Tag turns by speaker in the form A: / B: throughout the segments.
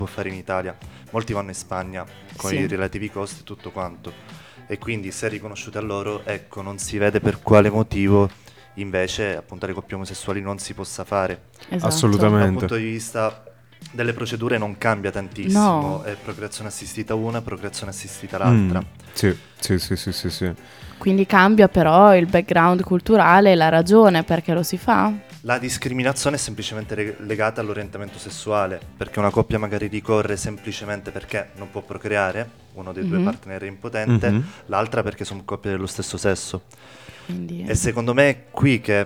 A: può fare in Italia. Molti vanno in Spagna con i relativi costi e tutto quanto. E quindi se è riconosciuta a loro, ecco, non si vede per quale motivo invece appunto alle coppie omosessuali non si possa fare.
B: Esatto.
C: Assolutamente.
A: Dal punto di vista delle procedure non cambia tantissimo, è procreazione assistita una, procreazione assistita l'altra.
C: Sì.
B: Quindi cambia però il background culturale e la ragione perché lo si fa?
A: La discriminazione è semplicemente legata all'orientamento sessuale, perché una coppia magari ricorre semplicemente perché non può procreare, uno dei due partner è impotente, l'altra perché sono coppie dello stesso sesso.
B: Quindi,
A: E secondo me è qui che,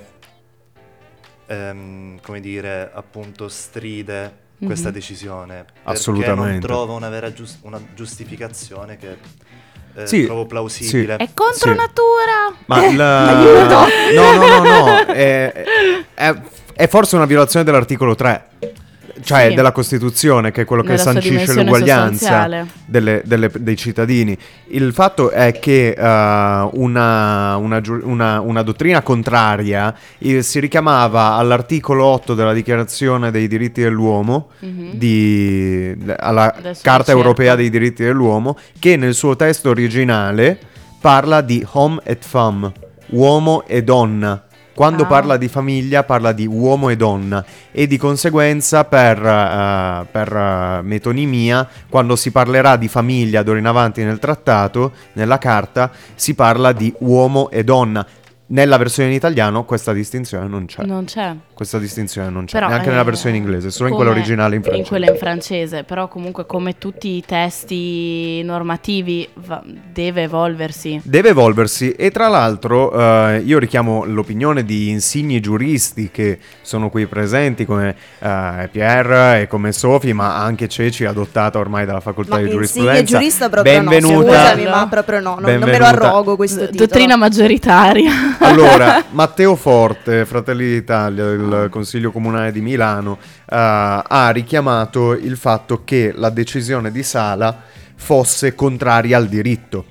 A: come dire, appunto stride questa decisione, perché
C: Assolutamente.
A: non trova una vera una giustificazione che trovo plausibile.
B: è contro natura!
C: Ma
B: Aiuto!
C: No. È forse una violazione dell'articolo 3. Cioè
B: Sì.
C: della Costituzione, che è quello che
B: Nella sua
C: sancisce
B: dimensione
C: l'uguaglianza
B: sostanziale.
C: dei cittadini. Il fatto è che una dottrina contraria si richiamava all'articolo 8 della Dichiarazione dei diritti dell'uomo, alla
B: Adesso
C: Carta
B: cerco.
C: Europea dei diritti dell'uomo, che nel suo testo originale parla di homme et femme, uomo e donna. Quando parla di famiglia parla di uomo e donna, e di conseguenza per metonimia, quando si parlerà di famiglia d'ora in avanti nel trattato, nella carta, si parla di uomo e donna. Nella versione in italiano questa distinzione non c'è.
B: Non c'è.
C: Questa distinzione non c'è,
B: Però,
C: neanche nella versione inglese, solo in quella originale in francese.
B: In quella in francese, però comunque come tutti i testi normativi deve evolversi.
C: Deve evolversi, e tra l'altro io richiamo l'opinione di insigni giuristi che sono qui presenti, come Pierre e come Sophie, ma anche Ceci, adottata ormai dalla facoltà di giurisprudenza.
D: Insigne giurista proprio
C: Benvenuta.
D: no, scusami, ma proprio no, non me lo
C: Benvenuta.
D: arrogo questo titolo.
B: Dottrina maggioritaria.
C: Allora, Matteo Forte, Fratelli d'Italia, del Consiglio Comunale di Milano, ha richiamato il fatto che la decisione di Sala fosse contraria al diritto.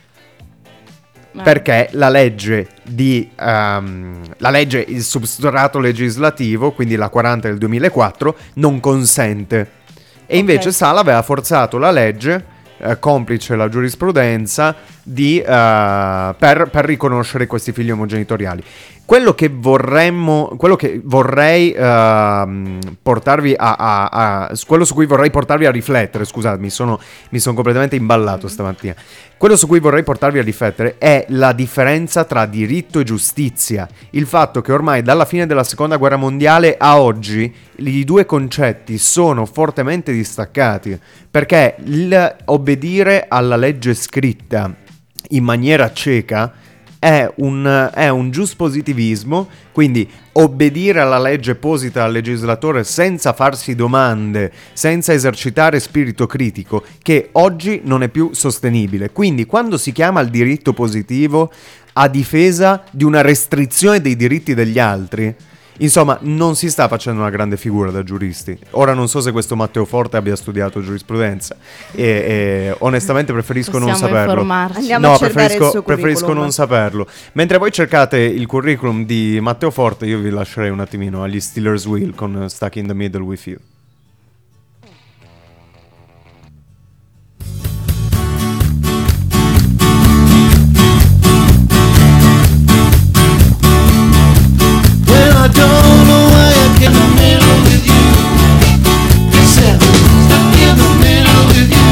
C: Perché la legge, il substrato legislativo, quindi la 40 del 2004, non consente. E invece Sala aveva forzato la legge, complice la giurisprudenza, per riconoscere questi figli omogenitoriali. Quello che vorrei portarvi quello su cui vorrei portarvi a riflettere, scusate, mi sono completamente imballato stamattina. Quello su cui vorrei portarvi a riflettere è la differenza tra diritto e giustizia. Il fatto che ormai dalla fine della Seconda Guerra Mondiale a oggi i due concetti sono fortemente distaccati, perché obbedire alla legge scritta in maniera cieca è un giuspositivismo, quindi obbedire alla legge posita dal legislatore senza farsi domande, senza esercitare spirito critico, che oggi non è più sostenibile. Quindi quando si chiama il diritto positivo a difesa di una restrizione dei diritti degli altri, insomma, non si sta facendo una grande figura da giuristi. Ora non so se questo Matteo Forte abbia studiato giurisprudenza e onestamente preferisco non saperlo.
D: Andiamo a cercare il suo
C: preferisco
D: curriculum.
C: non saperlo. Mentre voi cercate il curriculum di Matteo Forte, io vi lascerei un attimino agli Steelers Wheel con Stuck in the Middle with You.
E: I don't know why I get in the middle with you. Except stuck in the middle with you.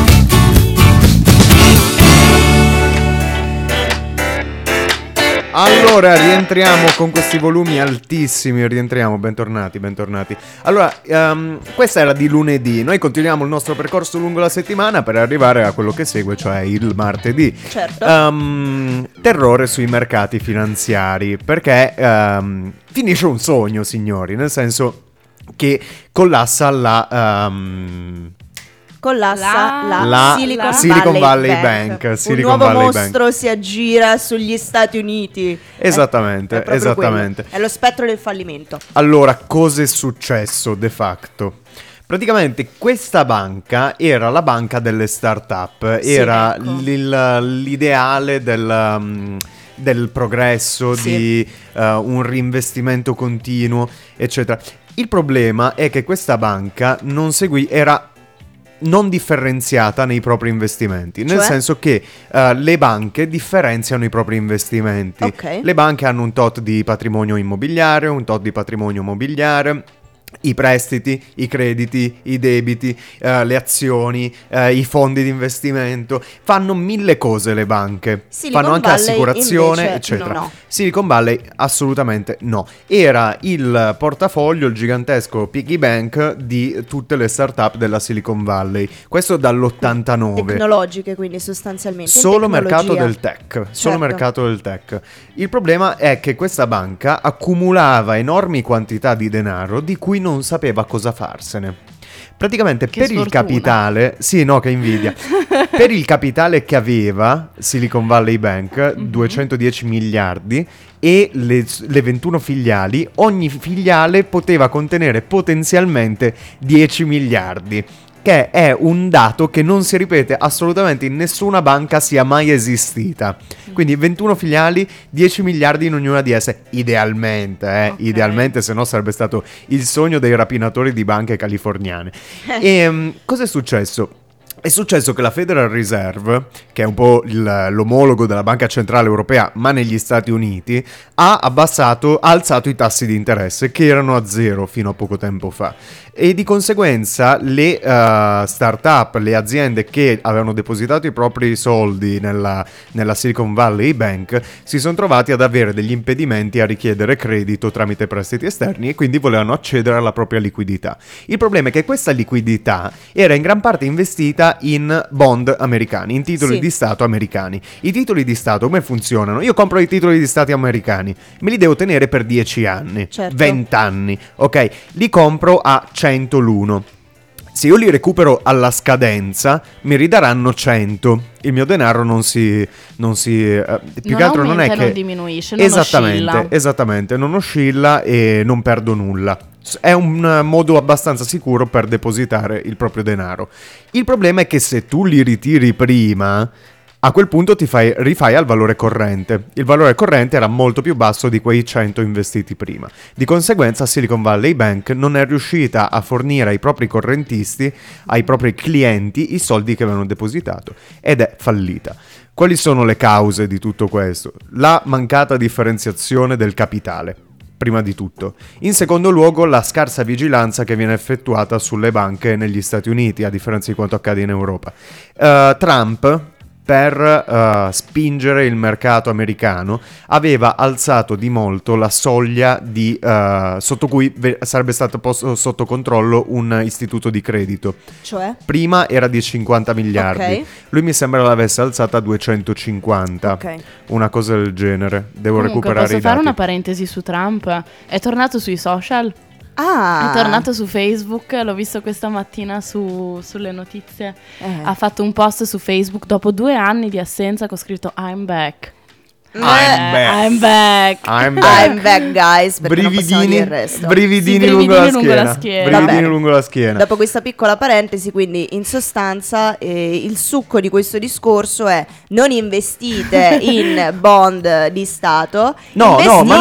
C: Allora, rientriamo con questi volumi altissimi, bentornati. Allora, questa era di lunedì, noi continuiamo il nostro percorso lungo la settimana per arrivare a quello che segue, cioè il martedì.
D: Certo.
C: Terrore sui mercati finanziari, perché finisce un sogno, signori, nel senso che collassa la Silicon Valley Bank.
D: Un nuovo mostro si aggira sugli Stati Uniti.
C: Esattamente.
D: È lo spettro del fallimento.
C: Allora, cosa è successo de facto? Praticamente questa banca era la banca delle start-up, era l'ideale del progresso, di un reinvestimento continuo, eccetera. Il problema è che questa banca non era non differenziata nei propri investimenti, nel
D: Cioè?
C: senso che le banche differenziano i propri investimenti.
D: Ok.
C: Le banche hanno un tot di patrimonio immobiliare, un tot di patrimonio mobiliare, i prestiti, i crediti, i debiti, le azioni, i fondi di investimento, fanno 1000 cose le banche,
D: Silicon
C: fanno anche
D: Valley
C: assicurazione,
D: invece
C: eccetera.
D: no.
C: Silicon Valley assolutamente no. Era il portafoglio, il gigantesco piggy bank di tutte le startup della Silicon Valley. Questo dall'89.
D: Tecnologiche, quindi sostanzialmente. in
C: Solo mercato
D: tecnologia.
C: del tech, solo
D: Certo.
C: mercato del tech. Il problema è che questa banca accumulava enormi quantità di denaro di cui non sapeva cosa farsene. Praticamente
B: Che
C: per il
B: sfortuna.
C: capitale, sì, no, che invidia. Per il capitale che aveva Silicon Valley Bank, 210 miliardi, e le 21 filiali, ogni filiale poteva contenere potenzialmente 10 miliardi. Che è un dato che non si ripete assolutamente in nessuna banca sia mai esistita. Quindi 21 filiali, 10 miliardi in ognuna di esse, idealmente,
B: Ok.
C: idealmente, se no sarebbe stato il sogno dei rapinatori di banche californiane. E cosa è successo? È successo che la Federal Reserve, che è un po' l'omologo della Banca Centrale Europea, ma negli Stati Uniti, ha alzato i tassi di interesse, che erano a zero fino a poco tempo fa. E di conseguenza le start-up, le aziende che avevano depositato i propri soldi nella Silicon Valley Bank, si sono trovati ad avere degli impedimenti a richiedere credito tramite prestiti esterni e quindi volevano accedere alla propria liquidità. Il problema è che questa liquidità era in gran parte investita in bond americani, in titoli
D: Sì.
C: di Stato americani. I titoli di Stato come funzionano? Io compro i titoli di Stati americani, me li devo tenere per 10 anni,
D: Certo.
C: 20 anni, ok? Li compro a 100 l'uno. Se io li recupero alla scadenza, mi ridaranno 100. Il mio denaro non si più
B: Non
C: che altro non è
B: aumenta e
C: che
B: non diminuisce, non oscilla.
C: Esattamente, non oscilla e non perdo nulla. È un modo abbastanza sicuro per depositare il proprio denaro. Il problema è che se tu li ritiri prima, a quel punto rifai al valore corrente. Il valore corrente era molto più basso di quei 100 investiti prima. Di conseguenza Silicon Valley Bank non è riuscita a fornire ai propri correntisti, ai propri clienti, i soldi che avevano depositato ed è fallita. Quali sono le cause di tutto questo? La mancata differenziazione del capitale, prima di tutto. In secondo luogo, la scarsa vigilanza che viene effettuata sulle banche negli Stati Uniti, a differenza di quanto accade in Europa. Trump, per spingere il mercato americano, aveva alzato di molto la soglia sotto cui sarebbe stato posto sotto controllo un istituto di credito.
D: Cioè?
C: Prima era di 50 miliardi,
D: Ok.
C: lui mi sembra l'avesse alzata a 250,
D: Ok.
C: una cosa del genere. Devo
B: Comunque,
C: recuperare
B: posso
C: i
B: fare
C: dati.
B: una parentesi su Trump? È tornato sui social?
D: Ah.
B: È tornato su Facebook, l'ho visto questa mattina sulle notizie. Ha fatto un post su Facebook dopo 2 anni di assenza con scritto I'm back.
C: I'm back.
B: I'm back.
C: I'm back.
D: I'm back, guys, perché non possiamo dire il resto.
C: Brividini
B: Sì,
C: lungo
B: brividini
C: la
B: lungo la
C: schiena.
B: schiena.
D: Va
C: Brividini
D: bene.
C: lungo la schiena.
D: Dopo questa piccola parentesi, quindi in sostanza il succo di questo discorso è: non investite in bond di Stato.
C: No,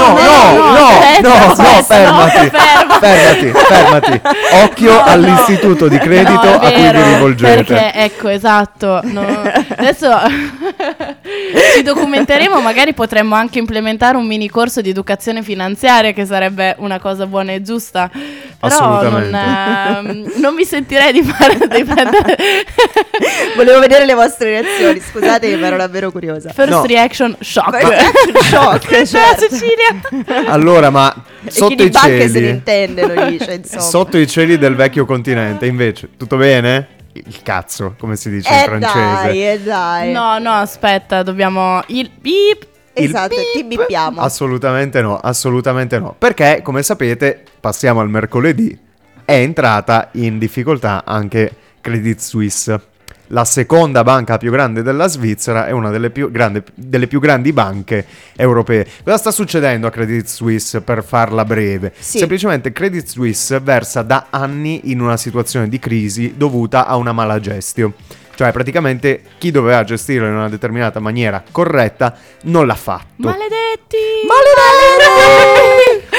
C: fermati. Occhio all'istituto di credito
B: No, è
C: a cui vi
B: vero,
C: rivolgete.
B: Perché, ecco, esatto. Adesso ci documenteremo, magari potremmo anche implementare un mini corso di educazione finanziaria, che sarebbe una cosa buona e giusta. Però non mi sentirei di prendere
D: Volevo vedere le vostre reazioni. Scusate, ma ero davvero curiosa.
B: first
C: No.
B: reaction shock.
D: Shock, certo.
B: Cecilia.
C: Allora, ma
D: E
C: sotto
D: chi di
C: i
D: banche se ne
C: cieli,
D: intende, lo dice, insomma.
C: sotto i cieli del vecchio continente, invece, tutto bene? Il cazzo, come si dice in francese.
D: Dai.
B: No, aspetta, dobbiamo il beep.
D: Esatto,
C: Il
D: ti
C: beep?
D: bippiamo.
C: Assolutamente no. Perché, come sapete, passiamo al mercoledì, è entrata in difficoltà anche Credit Suisse. La seconda banca più grande della Svizzera è una delle più grandi banche europee. Cosa sta succedendo a Credit Suisse, per farla breve?
D: Sì.
C: Semplicemente Credit Suisse versa da anni in una situazione di crisi dovuta a una mala gestio. Cioè, praticamente, chi doveva gestirlo in una determinata maniera corretta non l'ha fatto.
B: Maledetti.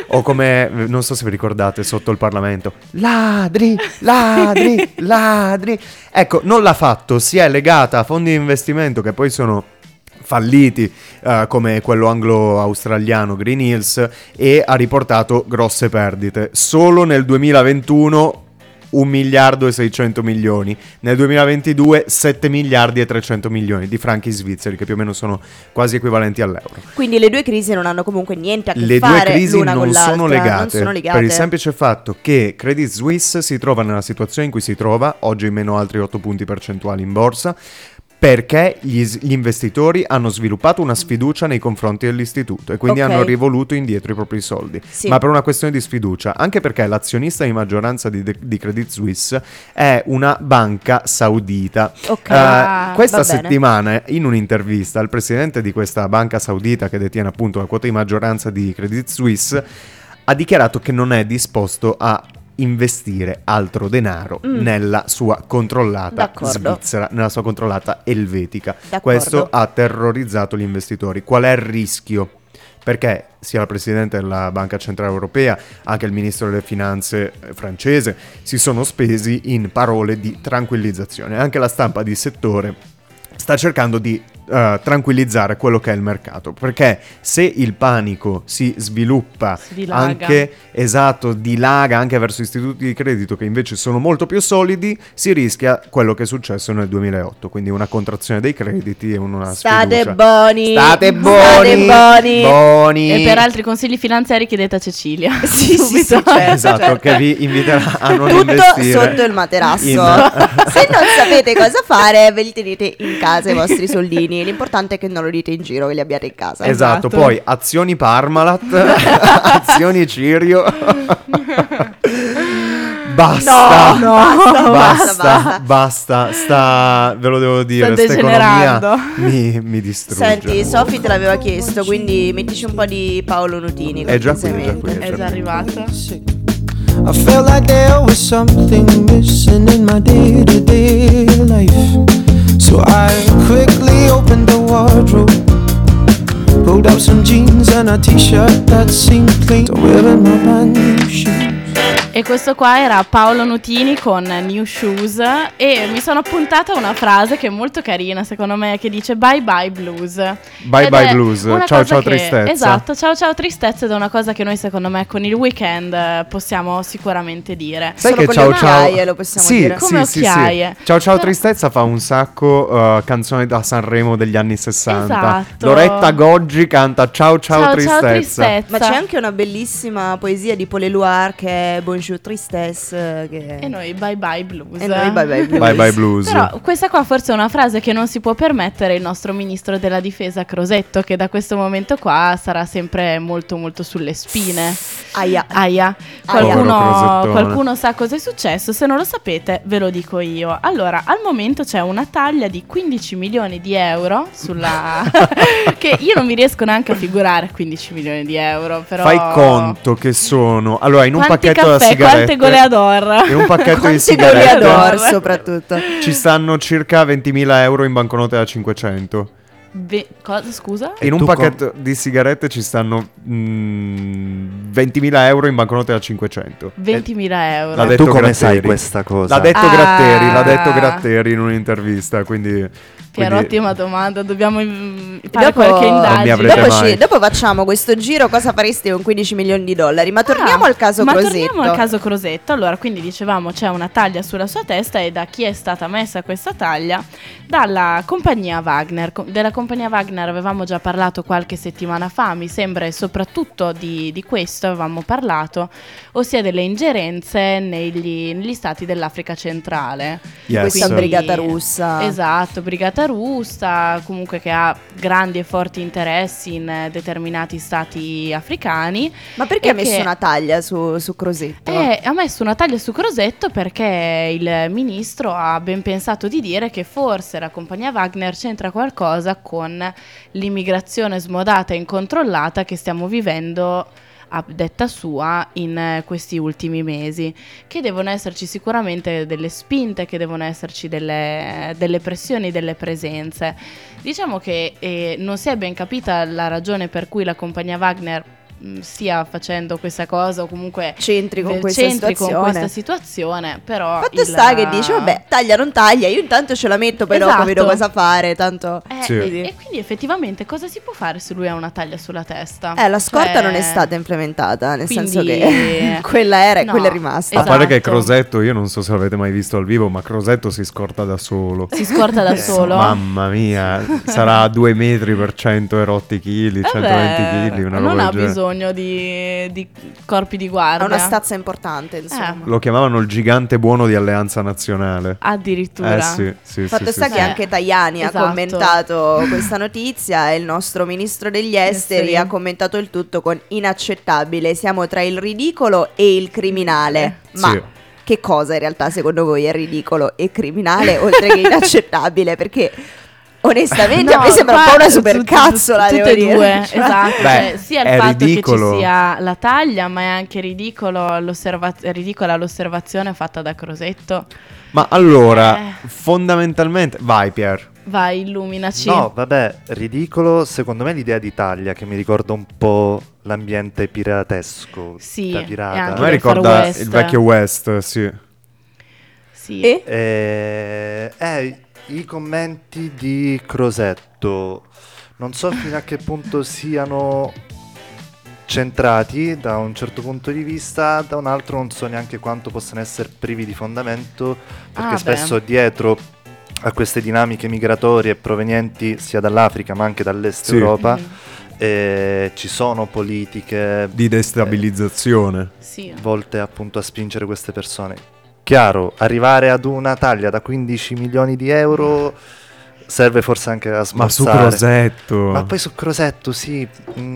C: O come, non so se vi ricordate, sotto il Parlamento, ladri, ladri, ladri. Ecco, non l'ha fatto, si è legata a fondi di investimento che poi sono falliti, come quello anglo-australiano Green Hills, e ha riportato grosse perdite. Solo nel 2021 1 miliardo e 600 milioni, nel 2022 7 miliardi e 300 milioni di franchi svizzeri, che più o meno sono quasi equivalenti all'euro.
D: Quindi le due crisi non hanno comunque niente a che
C: Le due
D: fare
C: crisi
D: l'una con
C: non
D: l'altra,
C: sono legate,
D: non sono legate.
C: per il semplice fatto che Credit Suisse si trova nella situazione in cui si trova, oggi in meno altri 8 punti percentuali in borsa, perché gli investitori hanno sviluppato una sfiducia nei confronti dell'istituto e quindi
D: Ok.
C: hanno rivoluto indietro i propri soldi.
D: Sì.
C: Ma per una questione di sfiducia, anche perché l'azionista di maggioranza di Credit Suisse è una banca saudita.
D: Ok.
C: Questa
D: va bene.
C: settimana, in un'intervista, il presidente di questa banca saudita, che detiene appunto la quota di maggioranza di Credit Suisse, ha dichiarato che non è disposto a investire altro denaro nella sua controllata
D: D'accordo.
C: Svizzera, nella sua controllata elvetica.
D: D'accordo.
C: Questo ha terrorizzato gli investitori. Qual è il rischio? Perché sia il presidente della Banca Centrale Europea, anche il ministro delle Finanze francese, si sono spesi in parole di tranquillizzazione. Anche la stampa di settore sta cercando di tranquillizzare quello che è il mercato, perché se il panico si sviluppa,
B: Si dilaga.
C: anche dilaga anche verso istituti di credito che invece sono molto più solidi, si rischia quello che è successo nel 2008, quindi una contrazione dei crediti e una
D: State
C: sfiducia.
D: buoni.
C: State buoni,
D: buoni.
C: buoni.
B: E per altri consigli finanziari chiedete a Cecilia.
D: Sì, sì, sì,
B: Subito.
D: certo,
C: Esatto,
D: certo.
C: che vi inviterà a non
D: Tutto
C: investire
D: sotto il materasso.
C: in-
D: Se non sapete cosa fare, ve li tenete in casa i vostri soldini. L'importante è che non lo dite in giro, che li abbiate in casa.
C: Esatto,
B: Esatto.
C: poi azioni Parmalat, azioni Cirio. Basta. Basta, ve lo devo dire,
B: Sta
C: questa economia
B: degenerando.
C: mi distrugge.
D: Senti, Sofi te l'aveva chiesto, quindi mettici un po' di Paolo Nutini.
C: È già qui, è già qui.
D: cortesemente.
B: È già arrivato.
E: I felt like there was something missing in my day-to-day life. So I quickly opened the wardrobe, pulled out some jeans and a t-shirt that seemed clean, wearing my brand new shoes.
B: E questo qua era Paolo Nutini con New Shoes, e mi sono appuntata una frase che è molto carina secondo me, che dice bye bye blues.
C: Bye
B: Ed
C: bye
B: è
C: blues,
B: una
C: ciao
B: cosa
C: ciao
B: che-
C: tristezza.
B: Esatto, ciao ciao tristezza, ed è una cosa che noi secondo me con il weekend possiamo sicuramente dire.
C: Sai
D: Solo
C: che
D: con
C: ciao
D: le
C: ciao
D: occhiaie lo possiamo
C: sì,
D: dire.
B: Come
C: sì,
B: occhiaie.
C: Ciao ciao
B: Però-
C: tristezza fa un sacco canzoni da Sanremo degli anni 60.
B: Esatto.
C: Loretta Goggi canta ciao ciao, tristezza.
D: Ma c'è anche una bellissima poesia di Paul Éluard che è Bonjour Tristesse. Che...
B: E noi bye bye blues.
D: E noi bye bye blues.
C: Bye bye blues.
B: Però questa qua forse è una frase che non si può permettere il nostro ministro della difesa Crosetto, che da questo momento qua sarà sempre molto molto sulle spine.
D: Aia.
B: Aia.
C: Povero Crosettone.
B: Qualcuno sa cosa è successo? Se non lo sapete ve lo dico io. Allora, al momento c'è una taglia di 15 milioni di euro sulla... che io non mi riesco neanche a figurare 15 milioni di euro, però...
C: Fai conto che sono allora in un
B: Quanti
C: pacchetto da
B: caffè,
C: sigarette.
B: quante goleador?
C: In un pacchetto di
D: Quanti
C: sigarette
D: goleador soprattutto.
C: ci stanno circa 20.000 euro in banconote da 500.
B: Cosa, scusa?
C: In un
A: tu
C: pacchetto di sigarette ci stanno 20.000 euro in banconote da 500.
B: 20.000 euro.
C: L'ha
A: E
C: detto
A: tu come
C: Gratteri.
A: sai questa cosa?
C: L'ha detto
B: Ah.
C: Gratteri, l'ha detto Gratteri in un'intervista, quindi
B: Che era
C: quindi-
B: ottima domanda, dobbiamo fare
D: Dopo-
B: qualche
C: Non mi
B: indagine.
C: avrete
D: Dopo,
C: mai.
D: dopo facciamo questo giro, cosa fareste con 15 milioni di dollari? Ma torniamo al caso
B: ma
D: Crosetto.
B: torniamo al caso Crosetto. Allora, quindi dicevamo c'è una taglia sulla sua testa, e da chi è stata messa questa taglia? Dalla compagnia Wagner. Della compagnia Wagner avevamo già parlato qualche settimana fa, mi sembra, e soprattutto di questo avevamo parlato, ossia delle ingerenze negli stati dell'Africa centrale.
C: Yes.
D: Questa
B: Quindi-
D: brigata russa.
B: Esatto, brigata russa, comunque che ha grandi e forti interessi in determinati stati africani.
D: Ma perché
B: E
D: ha messo
B: che-
D: una taglia su Crosetto?
B: Ha messo una taglia su Crosetto perché il ministro ha ben pensato di dire che forse la compagnia Wagner c'entra qualcosa con l'immigrazione smodata e incontrollata che stiamo vivendo, a detta sua, in questi ultimi mesi, che devono esserci sicuramente delle spinte, che devono esserci delle pressioni, delle presenze. Diciamo che non si è ben capita la ragione per cui la compagnia Wagner stia facendo questa cosa o comunque
D: Centri con questa
B: situazione, però
D: fatto sta che dice vabbè, taglia non taglia, io intanto ce la metto, poi dopo vedo cosa fare, tanto
B: e quindi effettivamente cosa si può fare se lui ha una taglia sulla testa?
D: La scorta non è stata implementata, nel senso che quella era e quella è rimasta.
C: A parte che Crosetto, io non so se l'avete mai visto al vivo, ma Crosetto si scorta da solo.
B: Si scorta da solo?
C: Mamma mia, sarà 2 metri per 100 e rotti chili, 120 kg, una roba
B: non ha
C: del genere.
B: bisogno di corpi di guardia.
D: Ha una stazza importante, insomma.
C: Lo chiamavano il gigante buono di Alleanza Nazionale.
B: Addirittura.
C: Sì.
D: Fatto sta che anche Tajani ha commentato questa notizia e il nostro ministro degli esteri ha commentato il tutto con inaccettabile, siamo tra il ridicolo e il criminale. Ma che cosa in realtà secondo voi è ridicolo e criminale oltre che inaccettabile? Perché onestamente a me sembra un po' una supercazzola,
B: tutte e due, esatto.
C: Beh,
B: sia il fatto
C: ridicolo
B: che ci sia la taglia, ma è anche ridicola l'osservazione fatta da Crosetto.
C: Ma allora, fondamentalmente, vai Pier.
B: Vai, illuminaci.
A: No, vabbè, ridicolo secondo me l'idea di taglia, che mi ricorda un po' l'ambiente piratesco.
B: Sì,
A: da pirata.
B: e anche
C: A me ricorda
B: West.
C: il vecchio West, sì.
A: I commenti di Crosetto non so fino a che punto siano centrati da un certo punto di vista, da un altro non so neanche quanto possano essere privi di fondamento, perché spesso dietro a queste dinamiche migratorie provenienti sia dall'Africa ma anche dall'est Europa ci sono politiche
C: di destabilizzazione
A: volte appunto a spingere queste persone. Chiaro, arrivare ad una taglia da 15 milioni di euro serve forse anche a smorzare.
C: Ma su Crosetto.
A: Ma poi su Crosetto, sì.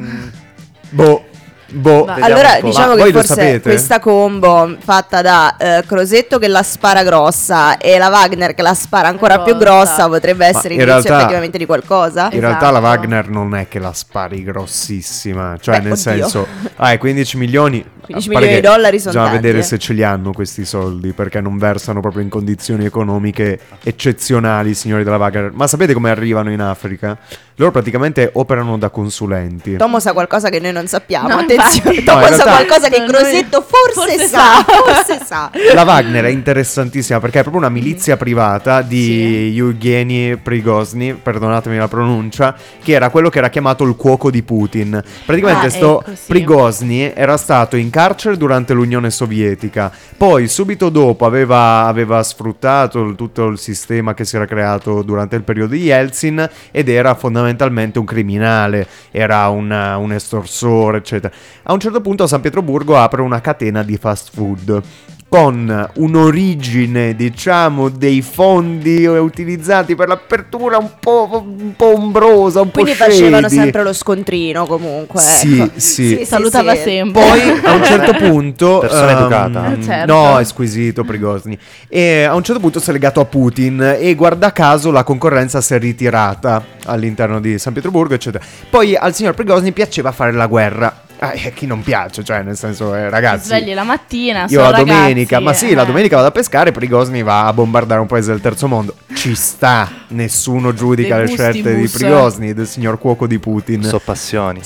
D: Allora diciamo che forse questa combo fatta da Crosetto che la spara grossa e la Wagner che la spara ancora più grossa potrebbe essere indizio effettivamente di qualcosa.
C: In realtà la Wagner non è che la spari grossissima, cioè nel senso 15 milioni
D: 15 milioni di dollari sono
C: bisogna
D: tanti,
C: vedere se ce li hanno questi soldi, perché non versano proprio in condizioni economiche eccezionali i signori della Wagner. Ma sapete come arrivano in Africa? Loro praticamente operano da consulenti.
D: Tomo sa qualcosa che noi non sappiamo, attenzione.
C: Tomo
D: sa qualcosa che Crosetto forse sa.
C: La Wagner è interessantissima perché è proprio una milizia privata di Yevgeny Prigozhin, perdonatemi la pronuncia, che era quello che era chiamato il cuoco di Putin. Praticamente Prigozhin era stato in carcere durante l'Unione Sovietica, poi subito dopo aveva sfruttato tutto il sistema che si era creato durante il periodo di Yeltsin ed era fondamentalmente un criminale, era un estorsore, eccetera. A un certo punto a San Pietroburgo apre una catena di fast food con un'origine, diciamo, dei fondi utilizzati per l'apertura un po' ombrosa, un
D: quindi
C: po' shady.
D: Facevano sempre lo scontrino comunque.
C: Sì.
B: Salutava sempre.
C: Poi a un certo punto
A: persona educata.
B: Certo.
C: No, è squisito Prigozhin. E a un certo punto si è legato a Putin e guarda caso la concorrenza si è ritirata all'interno di San Pietroburgo, eccetera. Poi al signor Prigozhin piaceva fare la guerra. Chi non piace, cioè nel senso ragazzi,
B: ti svegli la mattina,
C: io la domenica, la domenica vado a pescare, Prigozhin va a bombardare un paese del terzo mondo, ci sta, nessuno giudica le scelte di Prigozhin, del signor cuoco di Putin.
A: Sono passioni,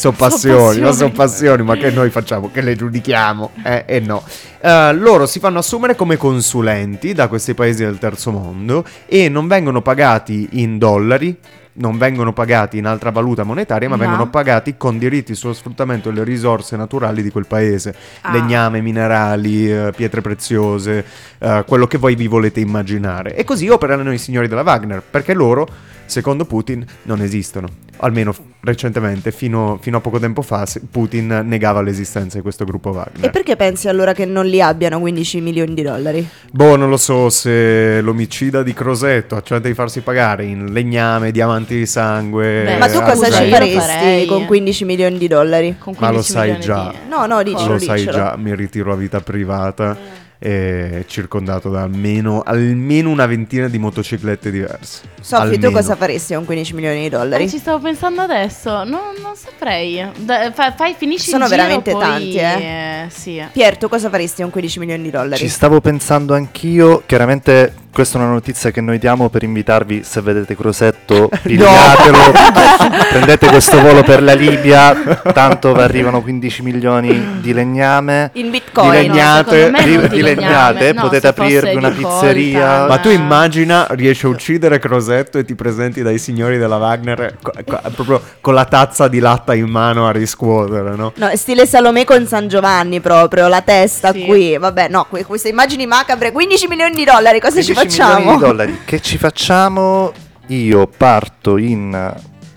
C: ma che noi facciamo, che le giudichiamo, e no. Loro si fanno assumere come consulenti da questi paesi del terzo mondo e non vengono pagati in dollari, non vengono pagati in altra valuta monetaria, ma vengono pagati con diritti sullo sfruttamento delle risorse naturali di quel paese, legname, minerali, pietre preziose, quello che voi vi volete immaginare. E così operano i signori della Wagner, perché loro, secondo Putin, non esistono. Almeno recentemente, fino a poco tempo fa, Putin negava l'esistenza di questo gruppo Wagner.
D: E perché pensi allora che non li abbiano 15 milioni di dollari?
C: Non lo so, se l'omicida di Crosetto accetta di farsi pagare in legname, diamanti di sangue.
D: Ma tu cosa ci faresti con 15 milioni di dollari?
C: Ma lo sai già.
D: No, dicelo.
C: Lo sai già, mi ritiro a vita privata. Circondato da almeno una ventina di motociclette diverse.
D: Sofì, tu cosa faresti con 15 milioni di dollari?
B: Ci stavo pensando adesso, non saprei. Finisci
D: Sono
B: il giro,
D: veramente
B: poi,
D: tanti,
B: sì.
D: Pier, tu cosa faresti con 15 milioni di dollari?
A: Ci stavo pensando anch'io, chiaramente questa è una notizia che noi diamo per invitarvi, se vedete Crosetto, pigliatelo, prendete questo volo per la Libia, tanto vi arrivano 15 milioni di legname.
D: In bitcoin.
C: Di legnate,
A: di legnate, potete aprirvi una pizzeria.
C: Ma tu immagina, riesci a uccidere Crosetto e ti presenti dai signori della Wagner proprio con la tazza di latta in mano a riscuotere, no?
D: No, stile Salomè con San Giovanni proprio, la testa qui. Vabbè, no, queste immagini macabre, 15 milioni di dollari, cosa ci facciamo?
A: Milioni di dollari. Che ci facciamo? Io parto in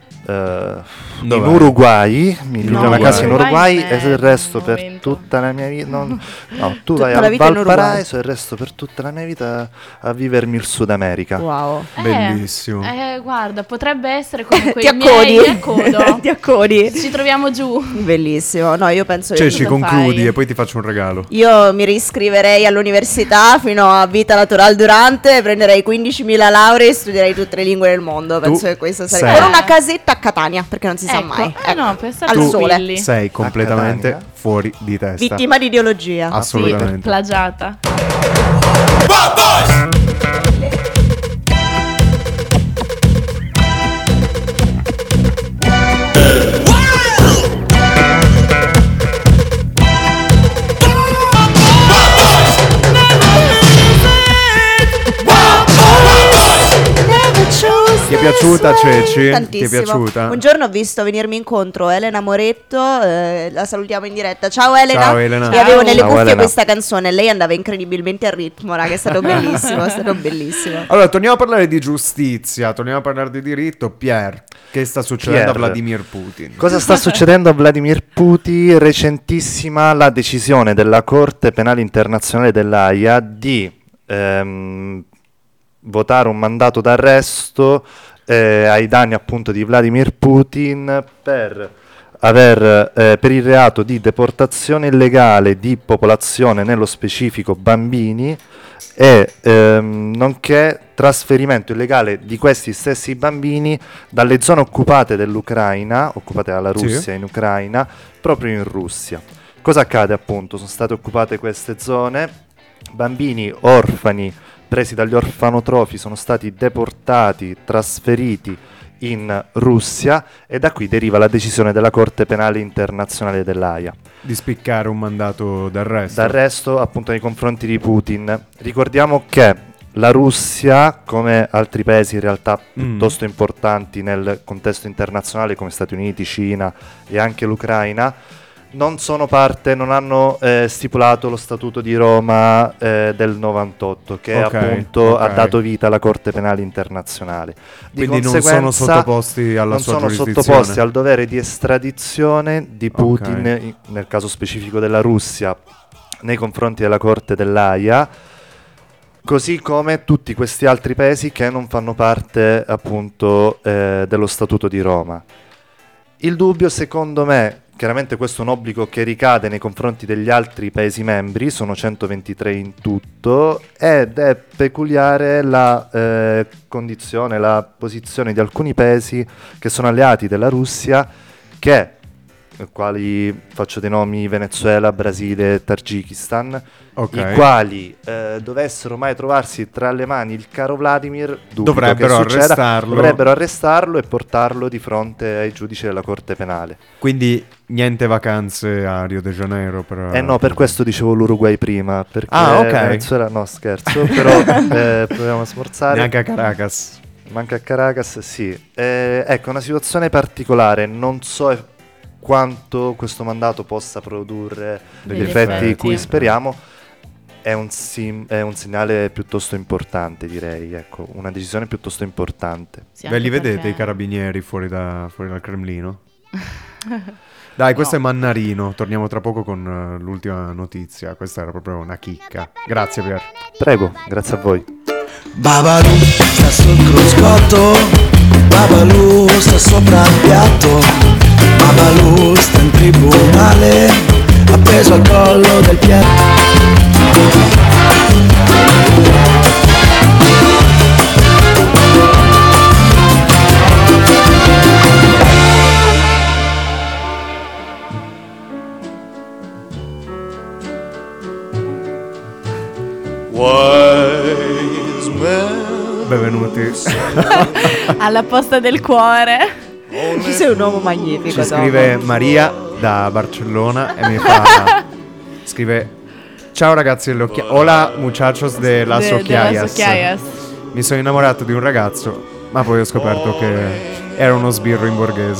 A: Uruguay, mi piglio una casa in Uruguay e il resto per tutta la mia vita. No, tu vai a Valparaiso e il resto per tutta la mia vita a vivermi il Sud America.
D: Wow,
C: bellissimo.
B: Guarda, potrebbe essere come quei
D: ti accodi.
B: Ti accodi. Ci troviamo giù.
D: Bellissimo. No, io penso
C: ci concludi e poi ti faccio un regalo.
D: Io mi riscriverei all'università fino a vita natural durante, prenderei 15.000 lauree e studierei tutte le lingue del mondo. Penso che questa sarebbe con una casetta a Catania, perché non si sa mai.
B: No, pensate
D: al sole.
C: Sei completamente fuori di testa.
D: Vittima di ideologia.
C: Assolutamente.
B: Sì, plagiata.
C: Ti è piaciuta, Ceci?
D: Tantissimo.
C: Ti è piaciuta?
D: Un giorno ho visto venirmi incontro Elena Moretto, la salutiamo in diretta. Ciao Elena.
C: Ciao Elena.
D: E avevo nelle cuffie
A: Elena.
D: questa canzone, lei andava incredibilmente al ritmo, raga, è stato bellissimo, è stato bellissimo.
C: Allora, torniamo a parlare di giustizia, torniamo a parlare di diritto. Pier, che sta succedendo a Vladimir Putin?
A: Cosa sta succedendo a Vladimir Putin? Recentissima la decisione della Corte Penale Internazionale dell'Aia di votare un mandato d'arresto ai danni appunto di Vladimir Putin per il reato di deportazione illegale di popolazione, nello specifico bambini, e nonché trasferimento illegale di questi stessi bambini dalle zone occupate dell'Ucraina, occupate dalla Russia in Ucraina, proprio in Russia. Cosa accade appunto? Sono state occupate queste zone, bambini orfani presi dagli orfanotrofi sono stati deportati, trasferiti in Russia, e da qui deriva la decisione della Corte Penale Internazionale dell'Aia
C: di spiccare un mandato d'arresto.
A: D'arresto appunto nei confronti di Putin. Ricordiamo che la Russia, come altri paesi in realtà piuttosto importanti nel contesto internazionale come Stati Uniti, Cina e anche l'Ucraina, non sono parte, non hanno stipulato lo Statuto di Roma del 98, che appunto ha dato vita alla Corte Penale Internazionale.
C: Quindi non sono sottoposti alla sua giurisdizione.
A: Non sono sottoposti al dovere di estradizione di Putin, nel caso specifico della Russia, nei confronti della Corte dell'Aia, così come tutti questi altri paesi che non fanno parte appunto dello Statuto di Roma. Il dubbio, secondo me, chiaramente questo è un obbligo che ricade nei confronti degli altri Paesi membri, sono 123 in tutto, ed è peculiare la condizione, la posizione di alcuni Paesi che sono alleati della Russia, che, quali faccio dei nomi: Venezuela, Brasile, Tagikistan, i quali dovessero mai trovarsi tra le mani il caro Vladimir, dovrebbero arrestarlo e portarlo di fronte ai giudici della Corte Penale.
C: Quindi niente vacanze a Rio de Janeiro
A: no, per questo dicevo l'Uruguay prima, perché Venezuela, no scherzo, però proviamo a smorzare.
C: Neanche a Caracas.
A: Manca a Caracas, sì. Ecco, una situazione particolare, non so quanto questo mandato possa produrre gli effetti cui speriamo. È un segnale piuttosto importante, direi, ecco, una decisione piuttosto importante.
B: Sì,
C: li vedete i carabinieri fuori dal Cremlino? Dai, questo è Mannarino, torniamo tra poco con l'ultima notizia, questa era proprio una chicca. Grazie Pier.
A: Prego, grazie a voi.
E: Babalu sta sul cruscotto, Babalu sta sopra il piatto, Babalu sta in tribunale, appeso al collo del piatto.
F: Wise men
C: benvenuti.
B: Alla posta del cuore.
D: Ci sei un uomo magnifico.
C: Ci scrive Maria da Barcellona e mi fa... Scrive: ciao ragazzi delle occhiaie. Hola muchachos de las occhiaias. Mi sono innamorato di un ragazzo, ma poi ho scoperto che era uno sbirro in borghese.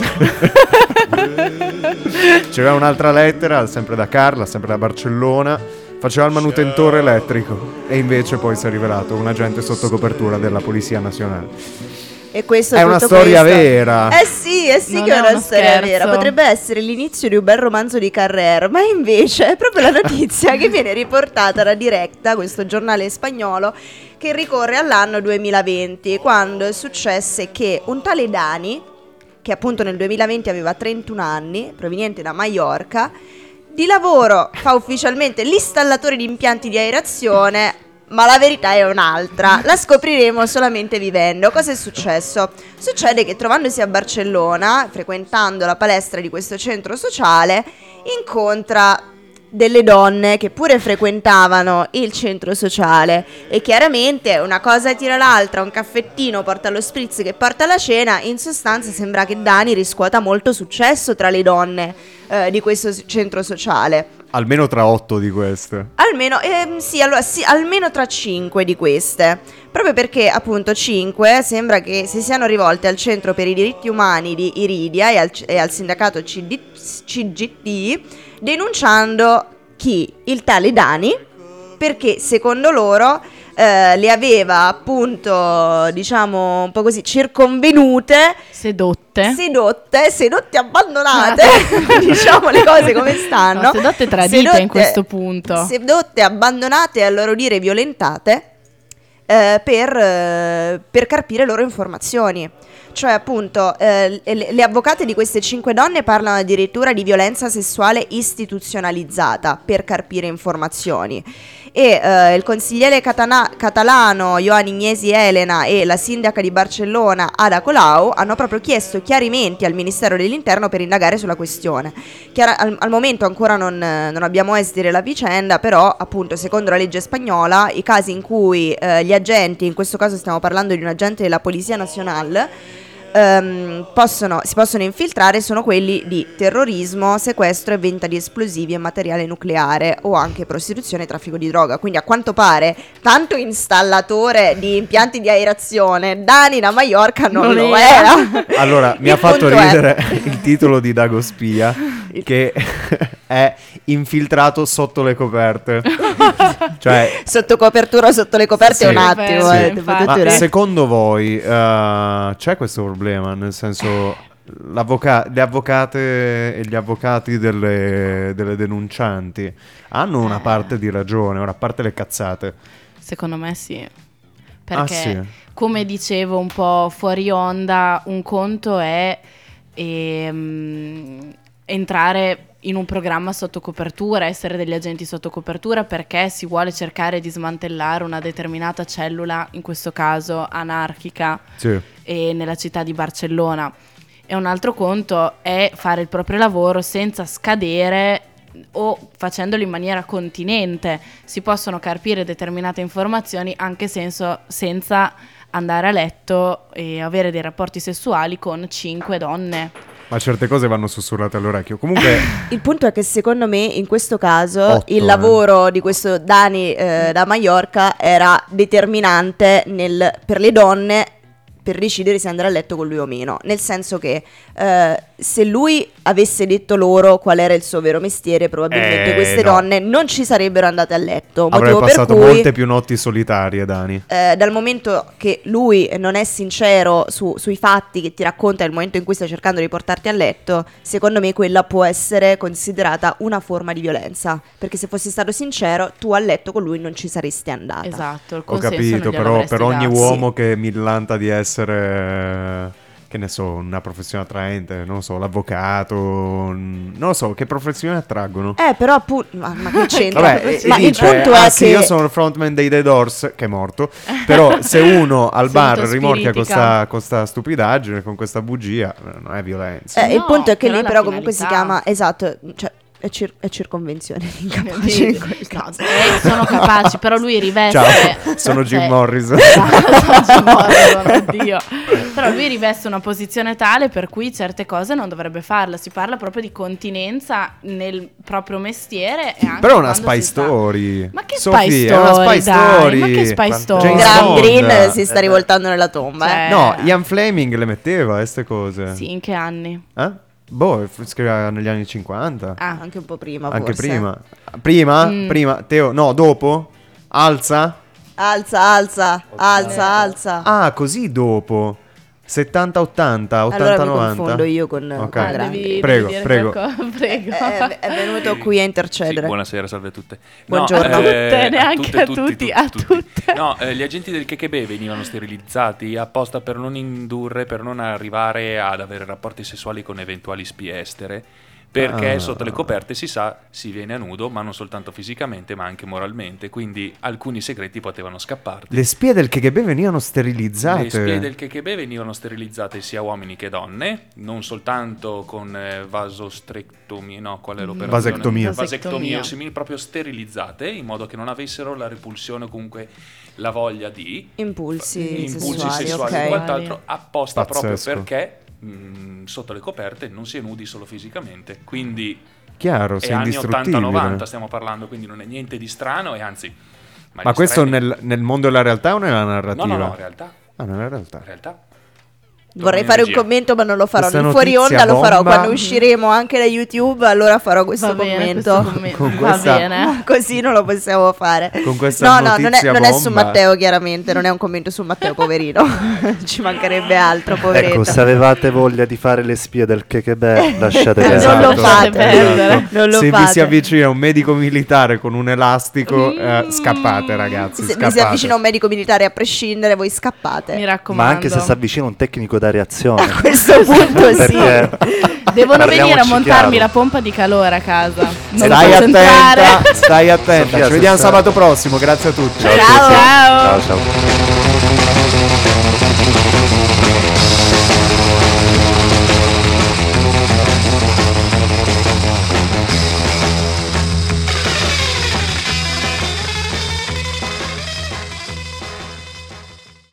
C: C'era un'altra lettera, sempre da Carla, sempre da Barcellona. Faceva il manutentore elettrico e invece poi si è rivelato un agente sotto copertura della Polizia Nazionale.
D: E questo
C: è una storia vera.
D: Sì,
B: Non
D: che è una storia
B: scherzo.
D: vera. Potrebbe essere l'inizio di un bel romanzo di Carrer, ma invece è proprio la notizia che viene riportata da Directa, questo giornale spagnolo, che ricorre all'anno 2020, quando successe che un tale Dani, che appunto nel 2020 aveva 31 anni, proveniente da Maiorca, di lavoro fa ufficialmente l'installatore di impianti di aerazione, ma la verità è un'altra. La scopriremo solamente vivendo. Cosa è successo? Succede che trovandosi a Barcellona, frequentando la palestra di questo centro sociale, incontra delle donne che pure frequentavano il centro sociale e chiaramente una cosa tira l'altra, un caffettino porta allo spritz che porta alla cena. In sostanza sembra che Dani riscuota molto successo tra le donne di questo centro sociale.
C: Almeno tra 8 di queste.
D: Almeno, almeno tra 5 di queste. Proprio perché appunto 5 sembra che si siano rivolte al Centro per i diritti umani di Iridia e al sindacato CGT denunciando chi? Il tale Dani, perché secondo loro le aveva appunto, diciamo un po' così, circonvenute, sedotte, abbandonate, diciamo le cose come stanno.
B: No, sedotte tradite in questo punto.
D: Sedotte, abbandonate e a loro dire violentate per carpire loro informazioni. Cioè appunto le avvocate di queste 5 donne parlano addirittura di violenza sessuale istituzionalizzata per carpire informazioni. E il consigliere catalano Ioan Ignasi Elena e la sindaca di Barcellona Ada Colau hanno proprio chiesto chiarimenti al Ministero dell'Interno per indagare sulla questione. Al momento ancora non abbiamo esiti della vicenda, però appunto secondo la legge spagnola i casi in cui gli agenti, in questo caso stiamo parlando di un agente della Polizia Nazionale, si possono infiltrare sono quelli di terrorismo, sequestro e vendita di esplosivi e materiale nucleare o anche prostituzione e traffico di droga. Quindi a quanto pare tanto installatore di impianti di aerazione Dani da Maiorca non lo era.
C: Allora mi ha fatto ridere il titolo di Dago Spia, che è infiltrato sotto le coperte. Cioè
D: sotto copertura, sotto le coperte,
C: sì,
D: un attimo.
B: sì,
C: ma secondo voi c'è questo problema? Nel senso, le avvocate e gli avvocati delle denuncianti hanno una parte di ragione, a parte le cazzate?
B: Secondo me sì. Perché
C: sì.
B: Come dicevo un po' fuori onda, un conto è entrare in un programma sotto copertura, essere degli agenti sotto copertura perché si vuole cercare di smantellare una determinata cellula, in questo caso anarchica,
C: sì,
B: e nella città di Barcellona. E un altro conto è fare il proprio lavoro senza scadere o facendolo in maniera continente. Si possono carpire determinate informazioni anche senza andare a letto e avere dei rapporti sessuali con 5 donne.
C: Ma certe cose vanno sussurrate all'orecchio. Comunque
D: il punto è che secondo me in questo caso il lavoro di questo Dani da Maiorca era determinante per le donne per decidere se andare a letto con lui o meno. Nel senso che se lui avesse detto loro qual era il suo vero mestiere, probabilmente queste donne non ci sarebbero andate a letto.
C: Avrebbe passato
D: per cui,
C: molte più notti solitarie, Dani.
D: Dal momento che lui non è sincero sui fatti che ti racconta nel momento in cui sta cercando di portarti a letto, secondo me quella può essere considerata una forma di violenza. Perché se fossi stato sincero, tu a letto con lui non ci saresti andata.
B: Esatto, il
C: Ho
B: consenso
C: capito,
B: non
C: però per ogni
B: dato.
C: uomo che millanta di essere, che ne so, una professione attraente, non lo so, l'avvocato, non lo so, che professioni attraggono?
D: Però appunto, ma che c'entra?
C: Vabbè,
D: Ma
C: dice,
D: il punto è
C: sì,
D: che
C: io sono il frontman dei The Doors, che è morto, però se uno al bar rimorchia con sta stupidaggine, con questa bugia, non è violenza.
D: il punto è che
B: però
D: lì
B: la
D: però comunque si
B: finalità.
D: chiama, esatto, cioè È circonvenzione di incapaci in quel caso.
B: Sono capaci, però lui riveste.
C: Ciao, sono Jim Morrison.
B: Jim Morrison, oddio. Però lui riveste una posizione tale per cui certe cose non dovrebbe farle. Si parla proprio di continenza nel proprio mestiere. E anche
C: però è una
B: quando
C: spy story.
B: Ma che
C: Sofì,
B: spy
C: è una
B: story?
C: spy
B: Dai,
C: story.
B: ma che spy story?
C: James
D: Graham
C: Bond.
D: Greene si sta rivoltando nella tomba.
B: Cioè,
C: No, Ian Fleming le metteva queste cose.
B: Sì, in che anni?
C: Boh, scriveva negli anni 50.
D: Anche un po' prima,
C: Anche
D: forse.
C: prima. Prima? Teo, no, dopo? Alza?
D: Alza.
C: Ah, così dopo. 70, 80, 80,
D: Allora
C: 90.
D: mi confondo io con
C: Ok.
D: Grandi.
C: Prego.
B: Prego.
D: È venuto qui a intercedere.
F: Sì, buonasera, salve a tutte.
D: Buongiorno.
B: A tutte, neanche a tutti.
F: No, gli agenti del KGB venivano sterilizzati apposta per non arrivare ad avere rapporti sessuali con eventuali spie estere. Perché sotto le coperte si sa, si viene a nudo, ma non soltanto fisicamente, ma anche moralmente. Quindi alcuni segreti potevano scapparti.
C: Le spie del KGB venivano sterilizzate.
F: Le spie del KGB venivano sterilizzate sia uomini che donne, non soltanto con vasostrectomia, no, qual è l'operazione? Vasectomia o simili, proprio sterilizzate, in modo che non avessero la repulsione o comunque la voglia di
D: impulsi
F: sessuali
D: okay.
F: o quant'altro, apposta
C: Pazzesco.
F: proprio perché sotto le coperte non si è nudi solo fisicamente. Quindi
C: Chiaro,
F: è
C: sei
F: anni
C: indistruttibile.
F: 80-90 stiamo parlando, quindi non è niente di strano e anzi...
C: Ma questo nel mondo della realtà o nella narrativa?
F: No, in realtà.
C: Nella realtà.
F: In realtà.
D: Vorrei fare un commento ma non lo farò.
C: Questa
D: Nel fuori onda
C: notizia
D: lo farò
C: bomba.
D: quando usciremo anche da YouTube, allora farò questo commento.
C: Con
B: Va
C: questa-
B: bene.
D: Così non lo possiamo fare.
C: Con questa
D: no, non
C: notizia
D: è su
C: bomba.
D: Matteo, chiaramente. Non è un commento su Matteo, poverino. Ci mancherebbe altro, poveretto.
A: Ecco, se avevate voglia di fare le spie del KGB, lasciate
D: Non
A: perdere.
D: lo
C: Esatto.
D: fate.
B: perdere.
D: Non lo
C: Se
D: fate.
C: vi si avvicina un medico militare con un elastico, scappate ragazzi,
D: Se mi
C: scappate.
D: si avvicina un medico militare a prescindere, voi scappate.
B: Mi
A: Ma
B: raccomando.
A: anche se si avvicina un tecnico da reazione.
D: A questo punto sì.
A: Perché
B: Devono venire a
A: parliamoci
B: montarmi
A: chiaro.
B: la pompa di calore a casa. Non
C: Stai
B: concentrare.
C: attenta, stai attenta.
A: Sofia,
C: Ci vediamo
A: se
C: sabato prossimo, grazie a tutti.
A: Ciao a
B: Ciao.
A: tutti. Ciao.